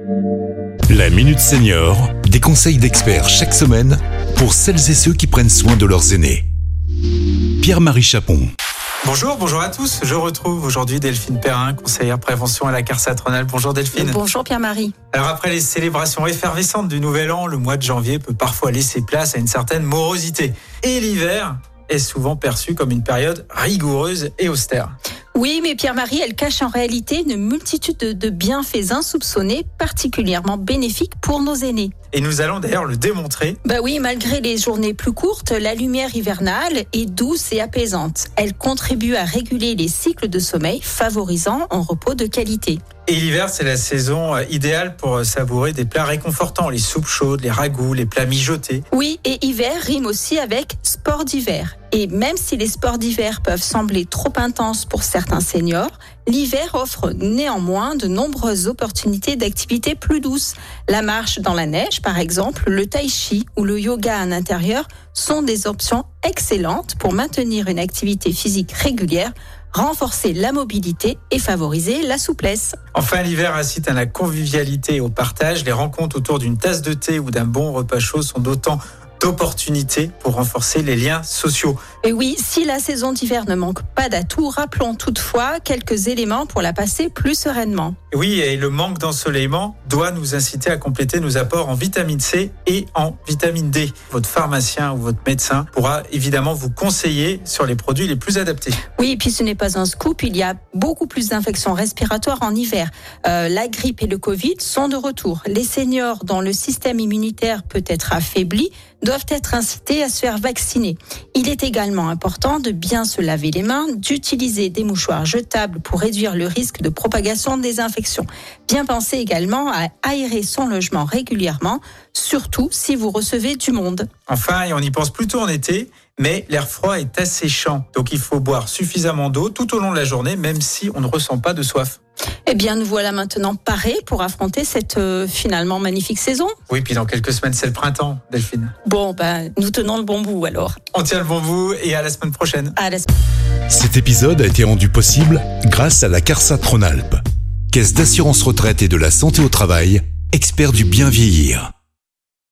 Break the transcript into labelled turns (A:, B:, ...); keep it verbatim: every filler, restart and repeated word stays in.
A: La Minute Senior, des conseils d'experts chaque semaine pour celles et ceux qui prennent soin de leurs aînés. Pierre-Marie Chapon.
B: Bonjour, bonjour à tous. Je retrouve aujourd'hui Delphine Perrin, conseillère prévention à la CARSAT Rhône-Alpes. Bonjour Delphine.
C: Bonjour Pierre-Marie.
B: Alors après les célébrations effervescentes du Nouvel An, le mois de janvier peut parfois laisser place à une certaine morosité. Et l'hiver est souvent perçu comme une période rigoureuse et austère.
C: Oui, mais Pierre-Marie, elle cache en réalité une multitude de, de bienfaits insoupçonnés, particulièrement bénéfiques pour nos aînés.
B: Et nous allons d'ailleurs le démontrer.
C: Bah oui, malgré les journées plus courtes, la lumière hivernale est douce et apaisante. Elle contribue à réguler les cycles de sommeil, favorisant un repos de qualité.
B: Et l'hiver, c'est la saison idéale pour savourer des plats réconfortants, les soupes chaudes, les ragoûts, les plats mijotés.
C: Oui, et hiver rime aussi avec sport d'hiver. Et même si les sports d'hiver peuvent sembler trop intenses pour certains seniors, l'hiver offre néanmoins de nombreuses opportunités d'activités plus douces. La marche dans la neige, par exemple, le tai chi ou le yoga à l'intérieur sont des options excellentes pour maintenir une activité physique régulière, renforcer la mobilité et favoriser la souplesse.
B: Enfin, l'hiver incite à la convivialité et au partage. Les rencontres autour d'une tasse de thé ou d'un bon repas chaud sont d'autant d'opportunités pour renforcer les liens sociaux.
C: Et oui, si la saison d'hiver ne manque pas d'atouts, rappelons toutefois quelques éléments pour la passer plus sereinement.
B: Oui, et le manque d'ensoleillement doit nous inciter à compléter nos apports en vitamine C et en vitamine D. Votre pharmacien ou votre médecin pourra évidemment vous conseiller sur les produits les plus adaptés.
C: Oui, et puis ce n'est pas un scoop, il y a beaucoup plus d'infections respiratoires en hiver. Euh, la grippe et le Covid sont de retour. Les seniors dont le système immunitaire peut être affaibli doivent être incités à se faire vacciner. Il est également important de bien se laver les mains, d'utiliser des mouchoirs jetables pour réduire le risque de propagation des infections. Bien penser également à aérer son logement régulièrement, surtout si vous recevez du monde.
B: Enfin, et on y pense plutôt en été, mais l'air froid est asséchant. Donc il faut boire suffisamment d'eau tout au long de la journée, même si on ne ressent pas de soif.
C: Eh bien, nous voilà maintenant parés pour affronter cette euh, finalement magnifique saison.
B: Oui, puis dans quelques semaines, c'est le printemps, Delphine.
C: Bon, ben, nous tenons le bon bout alors.
B: On tient le bon bout et à la semaine prochaine.
C: À la semaine.
A: Cet épisode a été rendu possible grâce à la CARSAT Rhône-Alpes, Caisse d'assurance retraite et de la santé au travail, expert du bien vieillir.